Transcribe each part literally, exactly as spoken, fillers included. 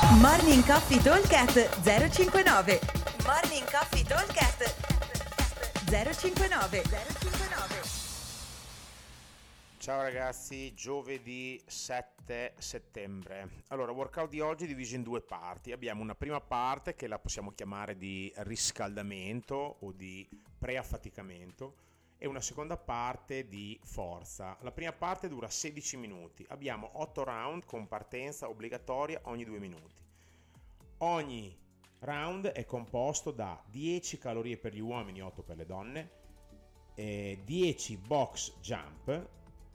Morning Coffee Talkcast zero cinquantanove. Morning Coffee Talkcast zero cinquantanove. Ciao ragazzi, giovedì sette settembre. Allora, workout di oggi è diviso in due parti. Abbiamo una prima parte che la possiamo chiamare di riscaldamento o di preaffaticamento e una seconda parte di forza. La prima parte dura sedici minuti. Abbiamo otto round con partenza obbligatoria ogni due minuti. Ogni round è composto da dieci calorie per gli uomini, otto per le donne, eh, dieci box jump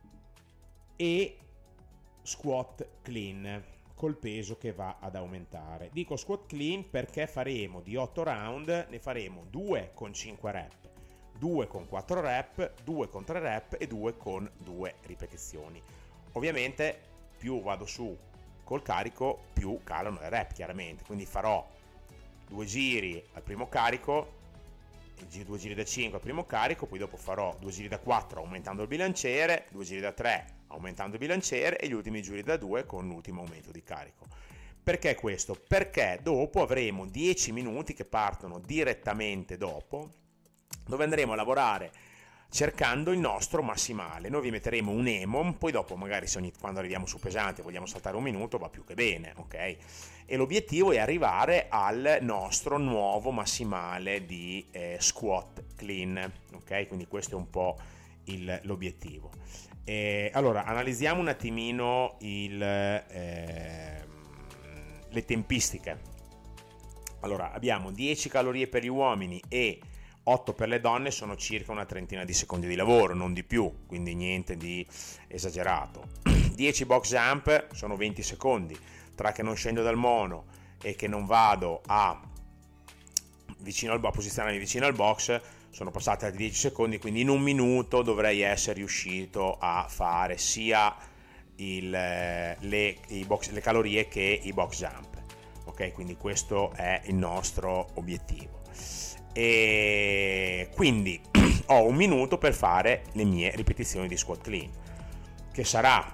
e squat clean col peso che va ad aumentare. Dico squat clean perché faremo di otto round, ne faremo due con cinque rep, due con quattro rep, due con tre rep e due con due ripetizioni. Ovviamente più vado su col carico più calano le rep, chiaramente, quindi farò due giri al primo carico, due giri da cinque al primo carico, poi dopo farò due giri da quattro aumentando il bilanciere, due giri da tre aumentando il bilanciere e gli ultimi giri da due con l'ultimo aumento di carico. Perché questo? Perché dopo avremo dieci minuti che partono direttamente dopo, dove andremo a lavorare cercando il nostro massimale. Noi vi metteremo un E M O M, poi dopo magari se ogni, quando arriviamo su pesante vogliamo saltare un minuto va più che bene, ok? E l'obiettivo è arrivare al nostro nuovo massimale di eh, squat clean, ok? Quindi questo è un po' il, l'obiettivo. E allora analizziamo un attimino il, eh, le tempistiche. Allora abbiamo dieci calorie per gli uomini e otto per le donne, sono circa una trentina di secondi di lavoro, non di più, quindi niente di esagerato. dieci box jump sono venti secondi, tra che non scendo dal mono e che non vado a vicino al a posizionarmi vicino al box sono passati altri dieci secondi, quindi in un minuto dovrei essere riuscito a fare sia il, le, i box, le calorie che i box jump, ok? Quindi questo è il nostro obiettivo. E quindi ho un minuto per fare le mie ripetizioni di squat clean, che sarà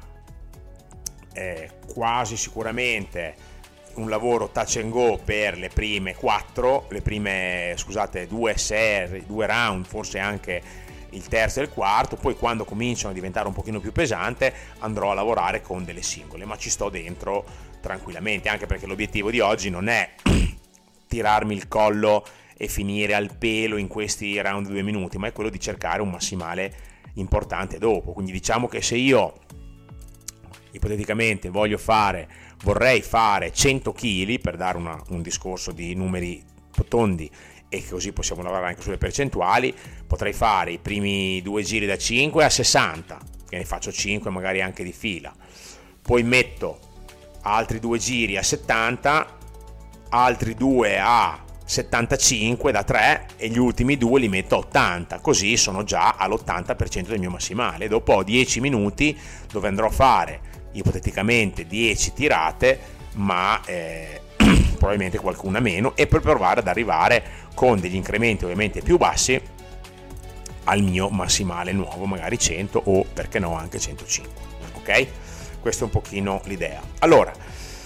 eh, quasi sicuramente un lavoro touch and go per le prime quattro, le prime scusate due serie, due round, forse anche il terzo e il quarto. Poi quando cominciano a diventare un pochino più pesante andrò a lavorare con delle singole, ma ci sto dentro tranquillamente, anche perché l'obiettivo di oggi non è tirarmi il collo e finire al pelo in questi round due minuti, ma è quello di cercare un massimale importante dopo. Quindi diciamo che se io ipoteticamente voglio fare vorrei fare cento chili, per dare una, un discorso di numeri tondi, e così possiamo lavorare anche sulle percentuali, potrei fare i primi due giri da cinque a sessanta, che ne faccio cinque magari anche di fila, poi metto altri due giri a settanta, altri due a settantacinque da tre e gli ultimi due li metto a ottanta, così sono già all'ottanta per cento del mio massimale. Dopo ho dieci minuti dove andrò a fare ipoteticamente dieci tirate, ma eh, probabilmente qualcuna meno, e per provare ad arrivare con degli incrementi ovviamente più bassi al mio massimale nuovo, magari cento o perché no anche centocinque, ok? Questa è un pochino l'idea. Allora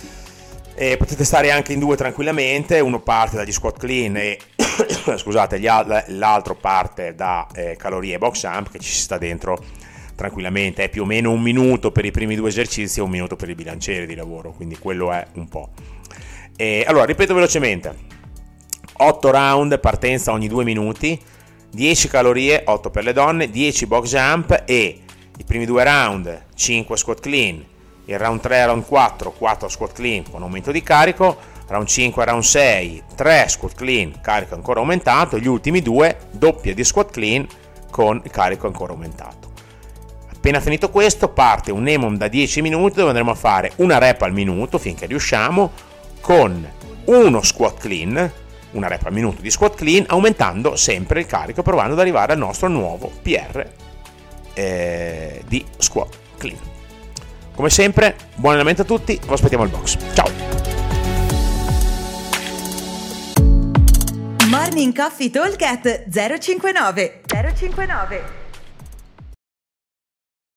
E potete stare anche in due tranquillamente, uno parte dagli squat clean e scusate, gli al- l'altro parte da eh, calorie box jump, che ci si sta dentro tranquillamente. È più o meno un minuto per i primi due esercizi e un minuto per il bilanciere di lavoro, quindi quello è un po'. E allora ripeto velocemente: otto round, partenza ogni due minuti, dieci calorie, otto per le donne, dieci box jump e i primi due round cinque squat clean, il round tre, round quattro, quattro squat clean con aumento di carico, round cinque, round sei, tre squat clean, carico ancora aumentato, gli ultimi due doppia di squat clean con il carico ancora aumentato. Appena finito questo parte un E M O M da dieci minuti dove andremo a fare una rep al minuto finché riusciamo, con uno squat clean, una rep al minuto di squat clean, aumentando sempre il carico, provando ad arrivare al nostro nuovo P R eh, di squat clean. Come sempre, buon allenamento a tutti, vi aspettiamo al box. Ciao! Morning Coffee Talk zero cinquantanove.